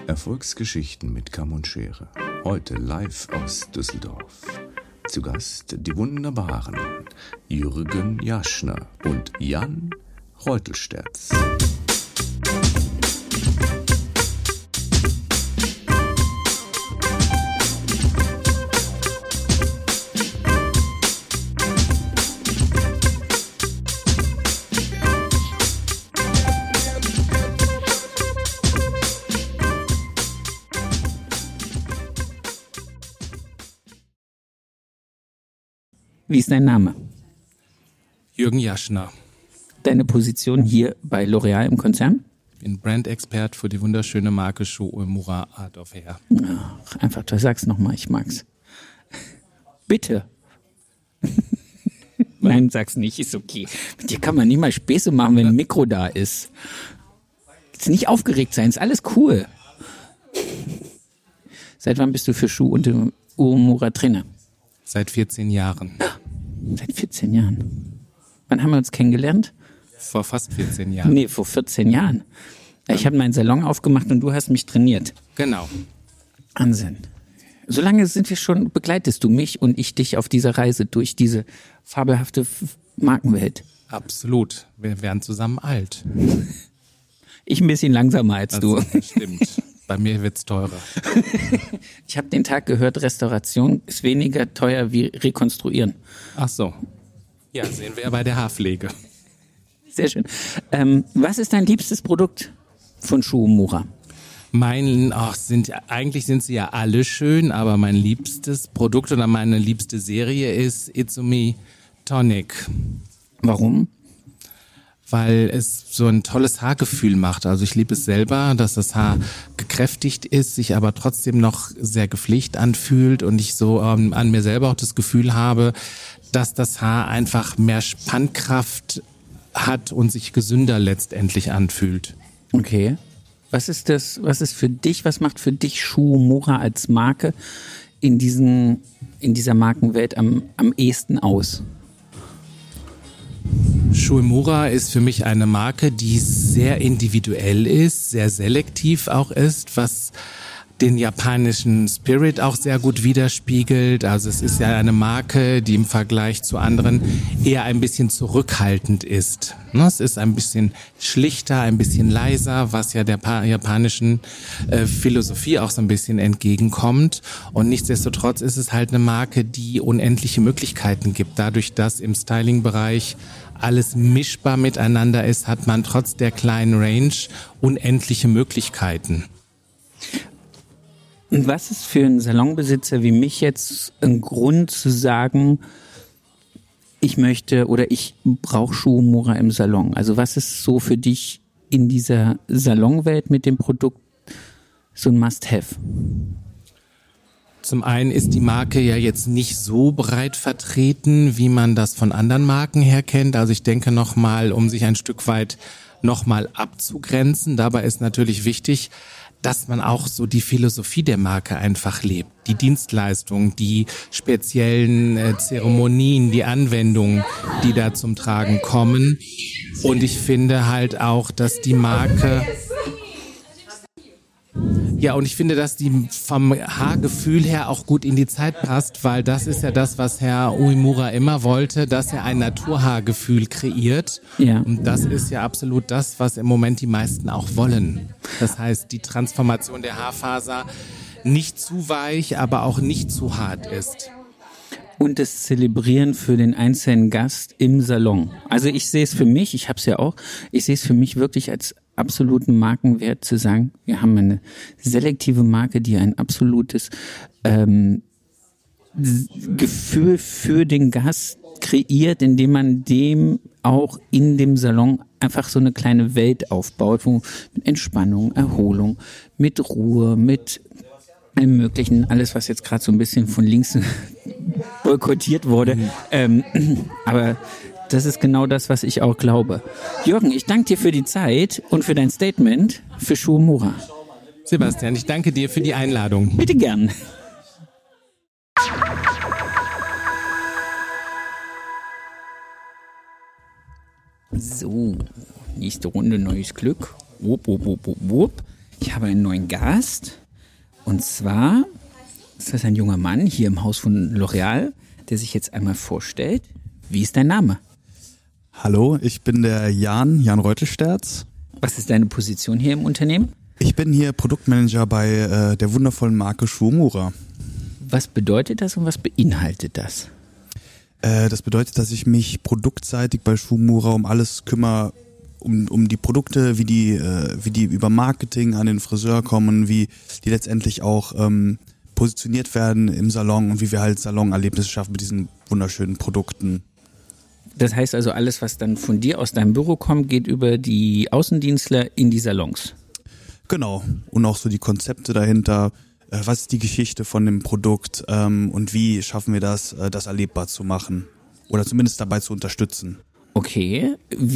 Erfolgsgeschichten mit Kamm und Schere. Heute live aus Düsseldorf. Zu Gast die wunderbaren Jürgen Jaschner und Jan Reutelsterz. Wie ist dein Name? Jürgen Jaschner. Deine Position hier bei L'Oréal im Konzern? Ich bin Brand-Expert für die wunderschöne Marke Shu Uemura Art of Hair. Ach, einfach toll. Sag's nochmal, ich mag's. Bitte. Nein, sag's nicht, ist okay. Mit dir kann man nicht mal Späße machen, wenn ein Mikro da ist. Jetzt nicht aufgeregt sein, ist alles cool. Seit wann bist du für Shu Uemura Trainer? Seit 14 Jahren. Seit 14 Jahren. Wann haben wir uns kennengelernt? Vor fast 14 Jahren. Nee, vor 14 Jahren. Ich habe meinen Salon aufgemacht und du hast mich trainiert. Genau. Wahnsinn. So lange sind wir schon, begleitest du mich und ich dich auf dieser Reise durch diese fabelhafte Markenwelt. Absolut. Wir werden zusammen alt. Ich ein bisschen langsamer als du. Das stimmt. Bei mir wird's teurer. Ich habe den Tag gehört, Restauration ist weniger teuer wie Rekonstruieren. Ach so. Ja, sehen wir ja bei der Haarpflege. Sehr schön. Was ist dein liebstes Produkt von Shu Uemura? Eigentlich sind sie ja alle schön, aber mein liebstes Produkt oder meine liebste Serie ist Itsumi Tonic. Warum? Weil es so ein tolles Haargefühl macht. Also ich liebe es selber, dass das Haar gekräftigt ist, sich aber trotzdem noch sehr gepflegt anfühlt und ich so an mir selber auch das Gefühl habe, dass das Haar einfach mehr Spannkraft hat und sich gesünder letztendlich anfühlt. Okay. Was ist für dich, was macht für dich Shu Uemura als Marke in dieser Markenwelt am ehesten aus? Shu Uemura ist für mich eine Marke, die sehr individuell ist, sehr selektiv auch ist, was den japanischen Spirit auch sehr gut widerspiegelt. Also es ist ja eine Marke, die im Vergleich zu anderen eher ein bisschen zurückhaltend ist. Es ist ein bisschen schlichter, ein bisschen leiser, was ja der japanischen Philosophie auch so ein bisschen entgegenkommt. Und nichtsdestotrotz ist es halt eine Marke, die unendliche Möglichkeiten gibt. Dadurch, dass im Styling-Bereich alles mischbar miteinander ist, hat man trotz der kleinen Range unendliche Möglichkeiten. Und was ist für einen Salonbesitzer wie mich jetzt ein Grund zu sagen, ich möchte oder ich brauche Shu Uemura im Salon? Also was ist so für dich in dieser Salonwelt mit dem Produkt so ein Must-Have? Zum einen ist die Marke ja jetzt nicht so breit vertreten, wie man das von anderen Marken her kennt. Also ich denke nochmal, um sich ein Stück weit nochmal abzugrenzen. Dabei ist natürlich wichtig, dass man auch so die Philosophie der Marke einfach lebt. Die Dienstleistung, die speziellen Zeremonien, die Anwendungen, die da zum Tragen kommen. Und ich finde halt auch, dass die Marke... Ja, und ich finde, dass die vom Haargefühl her auch gut in die Zeit passt, weil das ist ja das, was Herr Uemura immer wollte, dass er ein Naturhaargefühl kreiert. Ja. Und das ist ja absolut das, was im Moment die meisten auch wollen. Das heißt, die Transformation der Haarfaser nicht zu weich, aber auch nicht zu hart ist. Und das Zelebrieren für den einzelnen Gast im Salon. Also ich sehe es für mich, ich habe es ja auch, ich sehe es für mich wirklich als absoluten Markenwert zu sagen, wir haben eine selektive Marke, die ein absolutes Gefühl für den Gast kreiert, indem man dem auch in dem Salon einfach so eine kleine Welt aufbaut, wo mit Entspannung, Erholung, mit Ruhe, mit allem Möglichen, alles, was jetzt gerade so ein bisschen von links boykottiert wurde. Aber das ist genau das, was ich auch glaube. Jürgen, ich danke dir für die Zeit und für dein Statement für Shu Uemura. Sebastian, ich danke dir für die Einladung. Bitte gern. So, nächste Runde, neues Glück. Wupp, wupp, wupp, wupp, wupp. Ich habe einen neuen Gast. Und zwar ist das ein junger Mann hier im Haus von L'Oréal, der sich jetzt einmal vorstellt. Wie ist dein Name? Hallo, ich bin der Jan Reutelsterz. Was ist deine Position hier im Unternehmen? Ich bin hier Produktmanager bei der wundervollen Marke Shu Uemura. Was bedeutet das und was beinhaltet das? Das bedeutet, dass ich mich produktseitig bei Shu Uemura um alles kümmere, um die Produkte, wie die über Marketing an den Friseur kommen, wie die letztendlich auch positioniert werden im Salon und wie wir halt Salonerlebnisse schaffen mit diesen wunderschönen Produkten. Das heißt also, alles, was dann von dir aus deinem Büro kommt, geht über die Außendienstler in die Salons? Genau. Und auch so die Konzepte dahinter. Was ist die Geschichte von dem Produkt und wie schaffen wir das erlebbar zu machen oder zumindest dabei zu unterstützen. Okay,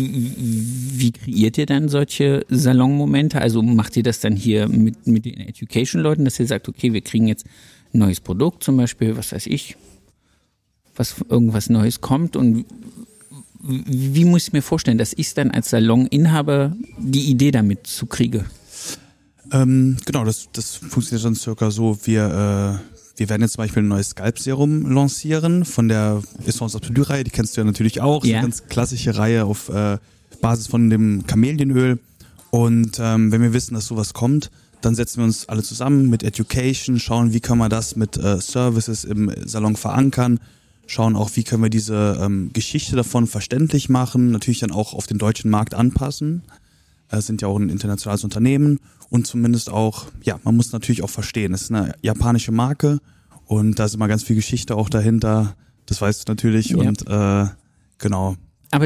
wie kreiert ihr dann solche Salonmomente? Also macht ihr das dann hier mit den Education-Leuten, dass ihr sagt, okay, wir kriegen jetzt ein neues Produkt, zum Beispiel, was weiß ich, was irgendwas Neues kommt und wie muss ich mir vorstellen, dass ich dann als Saloninhaber die Idee damit zu kriege? Genau, das funktioniert dann circa so, wir werden jetzt zum Beispiel ein neues Scalp-Serum lancieren von der Essence Absolue-Reihe, die kennst du ja natürlich auch, ja. Eine ganz klassische Reihe auf Basis von dem Kamelienöl und wenn wir wissen, dass sowas kommt, dann setzen wir uns alle zusammen mit Education, schauen, wie können wir das mit Services im Salon verankern, schauen auch, wie können wir diese Geschichte davon verständlich machen, natürlich dann auch auf den deutschen Markt anpassen. Sind ja auch ein internationales Unternehmen und zumindest auch, ja, man muss natürlich auch verstehen, es ist eine japanische Marke und da ist immer ganz viel Geschichte auch dahinter, das weißt du natürlich, ja. Und genau. Aber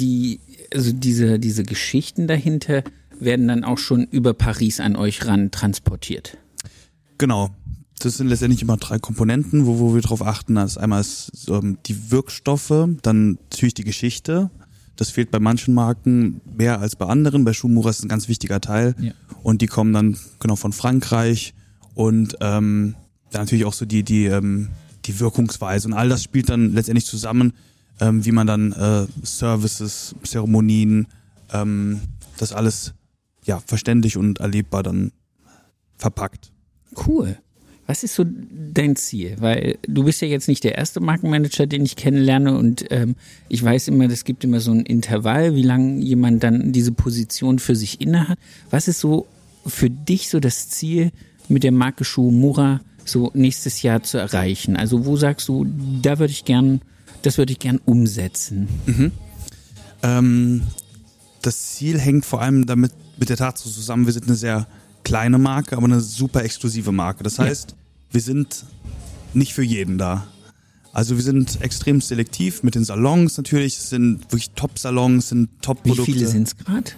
diese Geschichten dahinter werden dann auch schon über Paris an euch ran transportiert. Genau. Das sind letztendlich immer 3 Komponenten, wo wir drauf achten. Das einmal ist die Wirkstoffe, dann natürlich die Geschichte. Das fehlt bei manchen Marken mehr als bei anderen. Bei Shu Uemura ist ein ganz wichtiger Teil. Ja. Und die kommen dann genau von Frankreich und dann natürlich auch so die Wirkungsweise. Und all das spielt dann letztendlich zusammen, wie man dann Services, Zeremonien, das alles ja verständlich und erlebbar dann verpackt. Cool. Was ist so dein Ziel? Weil du bist ja jetzt nicht der erste Markenmanager, den ich kennenlerne und ich weiß immer, es gibt immer so ein Intervall, wie lange jemand dann diese Position für sich innehat. Was ist so für dich so das Ziel mit der Marke Shu Uemura so nächstes Jahr zu erreichen? Also wo sagst du, das würde ich gern umsetzen? Das Ziel hängt vor allem damit mit der Tatsache zusammen, wir sind eine sehr kleine Marke, aber eine super exklusive Marke. Das heißt, wir sind nicht für jeden da. Also wir sind extrem selektiv mit den Salons natürlich. Es sind wirklich Top-Salons, sind Top-Produkte. Wie viele sind es gerade?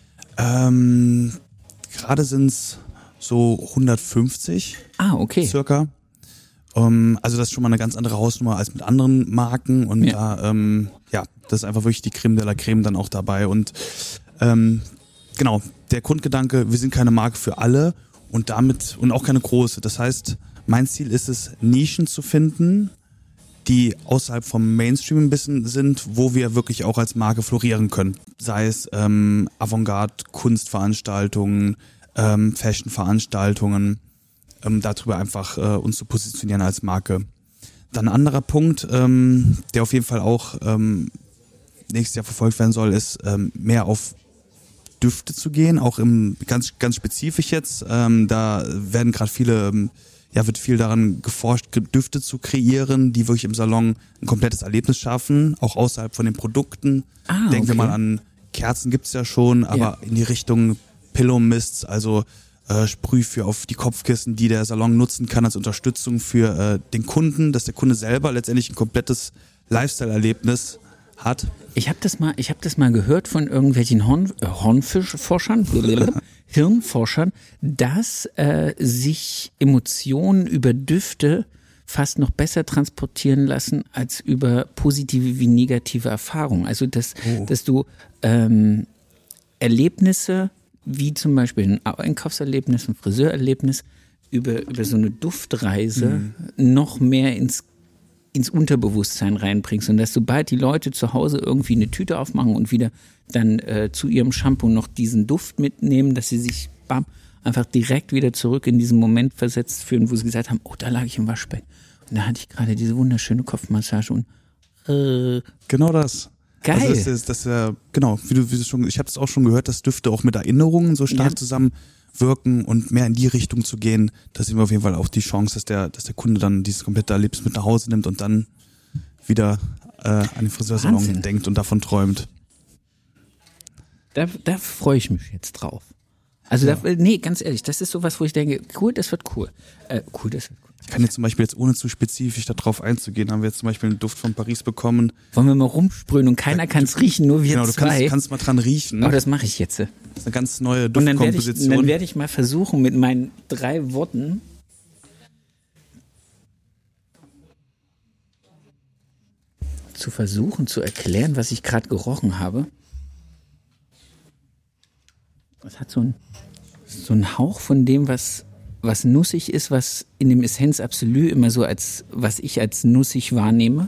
Gerade sind es so 150. Ah, okay. Circa. Also das ist schon mal eine ganz andere Hausnummer als mit anderen Marken. Und da, das ist einfach wirklich die Creme de la Creme dann auch dabei. Und genau, der Grundgedanke, wir sind keine Marke für alle und damit und auch keine große. Das heißt, mein Ziel ist es, Nischen zu finden, die außerhalb vom Mainstream ein bisschen sind, wo wir wirklich auch als Marke florieren können. Sei es Avantgarde, Kunstveranstaltungen, Fashion-Veranstaltungen, darüber einfach uns zu positionieren als Marke. Dann ein anderer Punkt, der auf jeden Fall auch nächstes Jahr verfolgt werden soll, ist mehr auf Düfte zu gehen, auch im ganz spezifisch jetzt. Da werden gerade wird viel daran geforscht, Düfte zu kreieren, die wirklich im Salon ein komplettes Erlebnis schaffen, auch außerhalb von den Produkten. Denken wir mal an Kerzen, gibt's ja schon, aber in die Richtung Pillow Mists, also Sprüh auf die Kopfkissen, die der Salon nutzen kann als Unterstützung für den Kunden, dass der Kunde selber letztendlich ein komplettes Lifestyle-Erlebnis hat. Ich habe das mal gehört von irgendwelchen Hirnforschern, dass sich Emotionen über Düfte fast noch besser transportieren lassen als über positive wie negative Erfahrungen. Also dass du Erlebnisse wie zum Beispiel ein Einkaufserlebnis, ein Friseurerlebnis über so eine Duftreise noch mehr ins Unterbewusstsein reinbringst und dass sobald die Leute zu Hause irgendwie eine Tüte aufmachen und wieder dann zu ihrem Shampoo noch diesen Duft mitnehmen, dass sie sich einfach direkt wieder zurück in diesen Moment versetzt fühlen, wo sie gesagt haben, oh, da lag ich im Waschbecken. Und da hatte ich gerade diese wunderschöne Kopfmassage und genau das. geil. Also das genau, wie du schon, ich habe das auch schon gehört, das dürfte auch mit Erinnerungen so stark zusammenwirken und mehr in die Richtung zu gehen. Da sehen wir auf jeden Fall auch die Chance, dass der Kunde dann dieses komplette Erlebnis mit nach Hause nimmt und dann wieder an den Friseursalon Wahnsinn. denkt und davon träumt. Da freue ich mich jetzt drauf. Also nee, ganz ehrlich, das ist sowas, wo ich denke, cool, das wird cool. Cool, das wird cool. Ich kann jetzt zum Beispiel jetzt, ohne zu spezifisch darauf einzugehen, haben wir jetzt zum Beispiel einen Duft von Paris bekommen. Wollen wir mal rumsprühen und keiner kann es riechen, nur wir Genau, du zwei. kannst mal dran riechen. Oh, das mache ich jetzt. Das ist eine ganz neue Und dann Duftkomposition. werde ich mal versuchen, mit meinen 3 Worten zu versuchen zu erklären, was ich gerade gerochen habe. Es hat so einen Hauch von dem, was nussig ist, was in dem Essenz Absolut immer so was ich als nussig wahrnehme.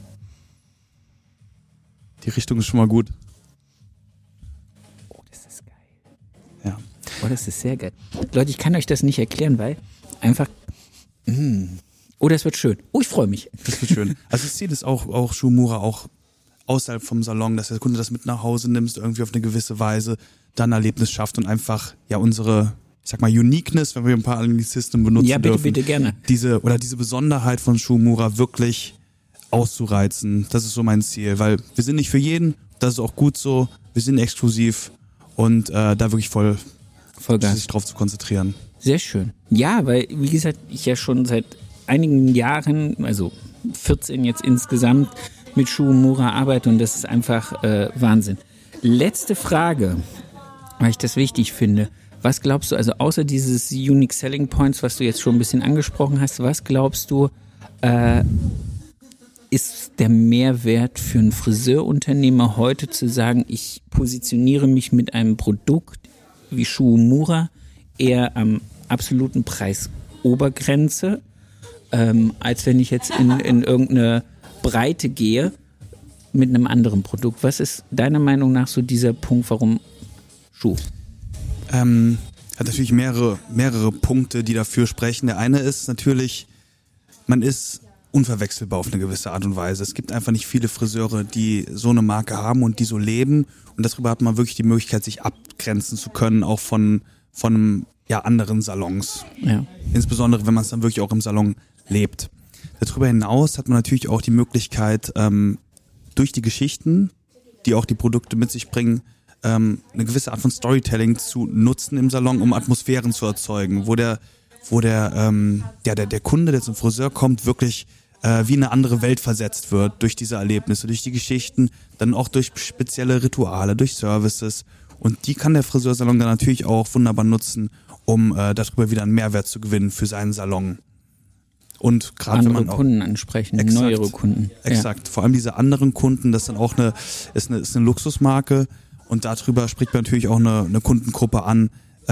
Die Richtung ist schon mal gut. Oh, das ist geil. Ja. Oh, das ist sehr geil. Leute, ich kann euch das nicht erklären, weil einfach oh, das wird schön. Oh, ich freue mich. Das wird schön. Also das Ziel ist auch Shu Uemura auch außerhalb vom Salon, dass der Kunde das mit nach Hause nimmt, irgendwie auf eine gewisse Weise dann ein Erlebnis schafft und einfach ja unsere, ich sag mal, Uniqueness, wenn wir ein paar Anglizismen benutzen Ja, bitte, dürfen. bitte, gerne. Diese Besonderheit von Shu Uemura wirklich auszureizen. Das ist so mein Ziel, weil wir sind nicht für jeden, das ist auch gut so, wir sind exklusiv und da wirklich Vollgas. sich drauf zu konzentrieren. Sehr schön. Ja, weil, wie gesagt, ich ja schon seit einigen Jahren, also 14 jetzt insgesamt, mit Shu Uemura arbeite und das ist einfach Wahnsinn. Letzte Frage, weil ich das wichtig finde. Was glaubst du, also außer dieses Unique Selling Points, was du jetzt schon ein bisschen angesprochen hast, was glaubst du, ist der Mehrwert für einen Friseurunternehmer heute zu sagen, ich positioniere mich mit einem Produkt wie Shu Uemura eher am absoluten Preisobergrenze, als wenn ich jetzt in irgendeine Breite gehe mit einem anderen Produkt. Was ist deiner Meinung nach so dieser Punkt, warum Schuh? Hat natürlich mehrere Punkte, die dafür sprechen. Der eine ist natürlich, man ist unverwechselbar auf eine gewisse Art und Weise. Es gibt einfach nicht viele Friseure, die so eine Marke haben und die so leben. Und darüber hat man wirklich die Möglichkeit, sich abgrenzen zu können, auch von anderen Salons. Ja. Insbesondere, wenn man es dann wirklich auch im Salon lebt. Darüber hinaus hat man natürlich auch die Möglichkeit, durch die Geschichten, die auch die Produkte mit sich bringen, eine gewisse Art von Storytelling zu nutzen im Salon, um Atmosphären zu erzeugen, wo der Kunde, der zum Friseur kommt, wirklich wie in eine andere Welt versetzt wird durch diese Erlebnisse, durch die Geschichten, dann auch durch spezielle Rituale, durch Services. Und die kann der Friseursalon dann natürlich auch wunderbar nutzen, um darüber wieder einen Mehrwert zu gewinnen für seinen Salon. Und gerade wenn man auch Kunden ansprechen, neuere Kunden. Exakt. Ja. Vor allem diese anderen Kunden, das dann auch eine Luxusmarke und darüber spricht man natürlich auch eine Kundengruppe an,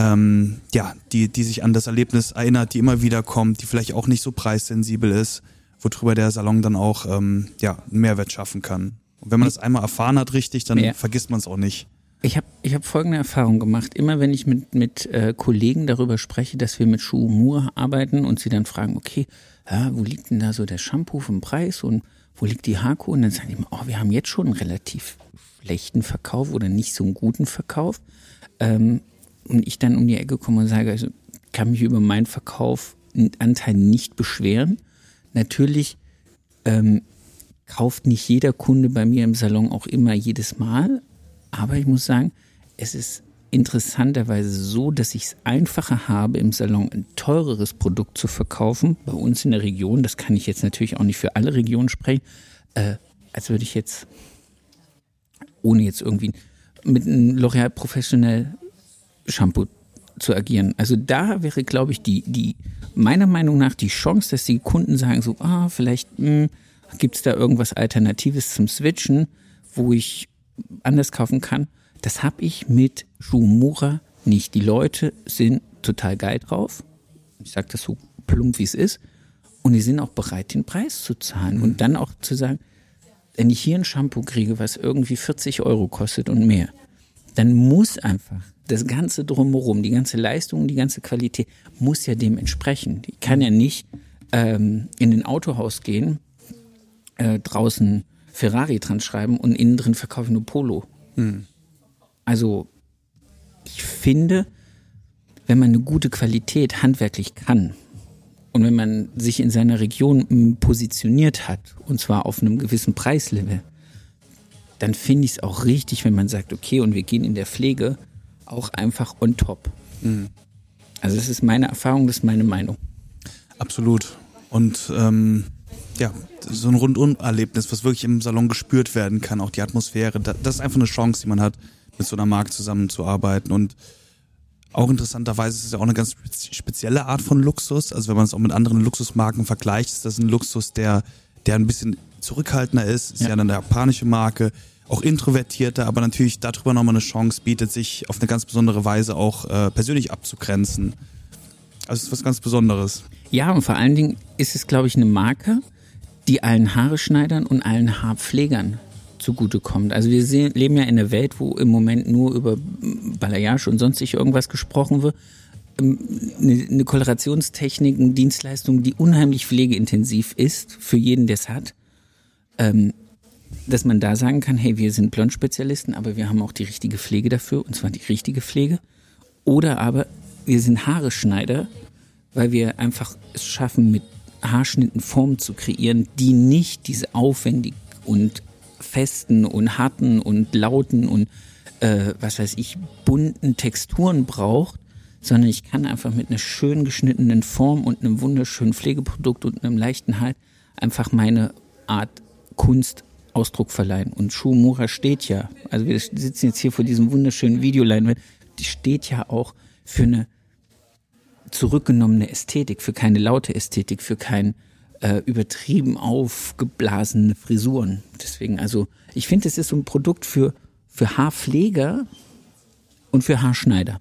die sich an das Erlebnis erinnert, die immer wieder kommt, die vielleicht auch nicht so preissensibel ist, worüber der Salon dann auch einen Mehrwert schaffen kann. Und wenn man das einmal erfahren hat richtig, dann vergisst man es auch nicht. Ich hab folgende Erfahrung gemacht. Immer wenn ich mit Kollegen darüber spreche, dass wir mit Shu Uemura arbeiten und sie dann fragen, okay, wo liegt denn da so der Shampoo vom Preis und wo liegt die Haarkur? Und dann sagen die immer, wir haben jetzt schon einen relativ schlechten Verkauf oder nicht so einen guten Verkauf. Und ich dann um die Ecke komme und sage, also kann mich über meinen Verkaufanteil nicht beschweren. Natürlich kauft nicht jeder Kunde bei mir im Salon auch immer jedes Mal. Aber ich muss sagen, es ist interessanterweise so, dass ich es einfacher habe, im Salon ein teureres Produkt zu verkaufen, bei uns in der Region, das kann ich jetzt natürlich auch nicht für alle Regionen sprechen, als würde ich jetzt, ohne jetzt irgendwie mit einem L'Oréal Professional Shampoo zu agieren. Also da wäre, glaube ich, die meiner Meinung nach die Chance, dass die Kunden sagen so, vielleicht gibt es da irgendwas Alternatives zum Switchen, wo ich anders kaufen kann. Das habe ich mit Shu Uemura nicht. Die Leute sind total geil drauf. Ich sage das so plump, wie es ist. Und die sind auch bereit, den Preis zu zahlen. Und dann auch zu sagen, wenn ich hier ein Shampoo kriege, was irgendwie 40 € kostet und mehr, dann muss einfach das Ganze drumherum, die ganze Leistung, die ganze Qualität muss ja dem entsprechen. Ich kann ja nicht in ein Autohaus gehen, draußen Ferrari dran schreiben und innen drin verkaufe ich nur Polo. Also ich finde, wenn man eine gute Qualität handwerklich kann und wenn man sich in seiner Region positioniert hat, und zwar auf einem gewissen Preislevel, dann finde ich es auch richtig, wenn man sagt, okay, und wir gehen in der Pflege auch einfach on top. Also das ist meine Erfahrung, das ist meine Meinung. Absolut. Und ja, so ein Rundum-Erlebnis, was wirklich im Salon gespürt werden kann, auch die Atmosphäre, das ist einfach eine Chance, die man hat, mit so einer Marke zusammenzuarbeiten. Und auch interessanterweise ist es ja auch eine ganz spezielle Art von Luxus. Also wenn man es auch mit anderen Luxusmarken vergleicht, ist das ein Luxus, der ein bisschen zurückhaltender ist. Ist ja eine japanische Marke, auch introvertierter, aber natürlich darüber nochmal eine Chance bietet, sich auf eine ganz besondere Weise auch persönlich abzugrenzen. Also es ist was ganz Besonderes. Ja, und vor allen Dingen ist es, glaube ich, eine Marke, die allen Haareschneidern und allen Haarpflegern zugutekommt. Also wir leben ja in einer Welt, wo im Moment nur über Balayage und sonstig irgendwas gesprochen wird. Eine Kolораtionstechnik, eine Dienstleistung, die unheimlich pflegeintensiv ist, für jeden, der es hat. Dass man da sagen kann, hey, wir sind Blondspezialisten, aber wir haben auch die richtige Pflege dafür, und zwar die richtige Pflege. Oder aber wir sind Haareschneider, weil wir einfach es schaffen, mit Haarschnitten Formen zu kreieren, die nicht diese aufwendig und festen und harten und lauten und was weiß ich, bunten Texturen braucht, sondern ich kann einfach mit einer schön geschnittenen Form und einem wunderschönen Pflegeprodukt und einem leichten Halt einfach meine Art Kunst Ausdruck verleihen. Und Shu Uemura steht ja, also wir sitzen jetzt hier vor diesem wunderschönen Videoleinwand, die steht ja auch für eine zurückgenommene Ästhetik, für keine laute Ästhetik, für kein übertrieben aufgeblasene Frisuren. Deswegen, also ich finde, es ist so ein Produkt für Haarpfleger und für Haarschneider.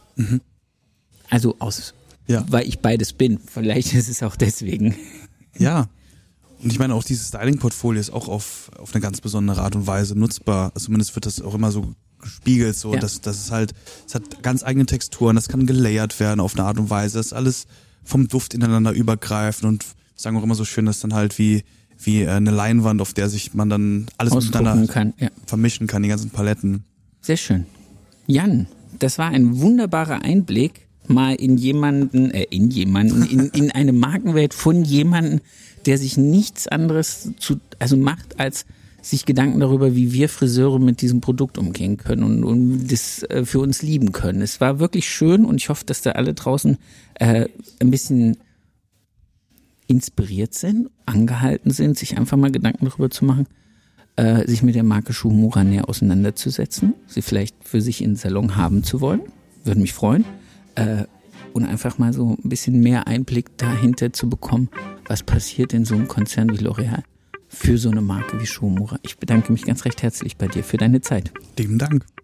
Also weil ich beides bin. Vielleicht ist es auch deswegen. Ja. Und ich meine, auch dieses Styling-Portfolio ist auch auf eine ganz besondere Art und Weise nutzbar. Also zumindest wird das auch immer so gespiegelt, so, dass es hat ganz eigene Texturen, das kann gelayert werden auf eine Art und Weise, das ist alles vom Duft ineinander übergreifend und sagen auch immer so schön, dass dann halt wie eine Leinwand, auf der sich man dann alles miteinander vermischen kann, die ganzen Paletten. Sehr schön. Jan, das war ein wunderbarer Einblick mal in eine Markenwelt von jemandem, der sich nichts anderes macht, als sich Gedanken darüber, wie wir Friseure mit diesem Produkt umgehen können und das für uns lieben können. Es war wirklich schön und ich hoffe, dass da alle draußen ein bisschen inspiriert sind, angehalten sind, sich einfach mal Gedanken darüber zu machen, sich mit der Marke Shu Uemura näher auseinanderzusetzen, sie vielleicht für sich in den Salon haben zu wollen, würde mich freuen, und einfach mal so ein bisschen mehr Einblick dahinter zu bekommen, was passiert in so einem Konzern wie L'Oréal für so eine Marke wie Shu Uemura. Ich bedanke mich ganz recht herzlich bei dir für deine Zeit. Lieben Dank.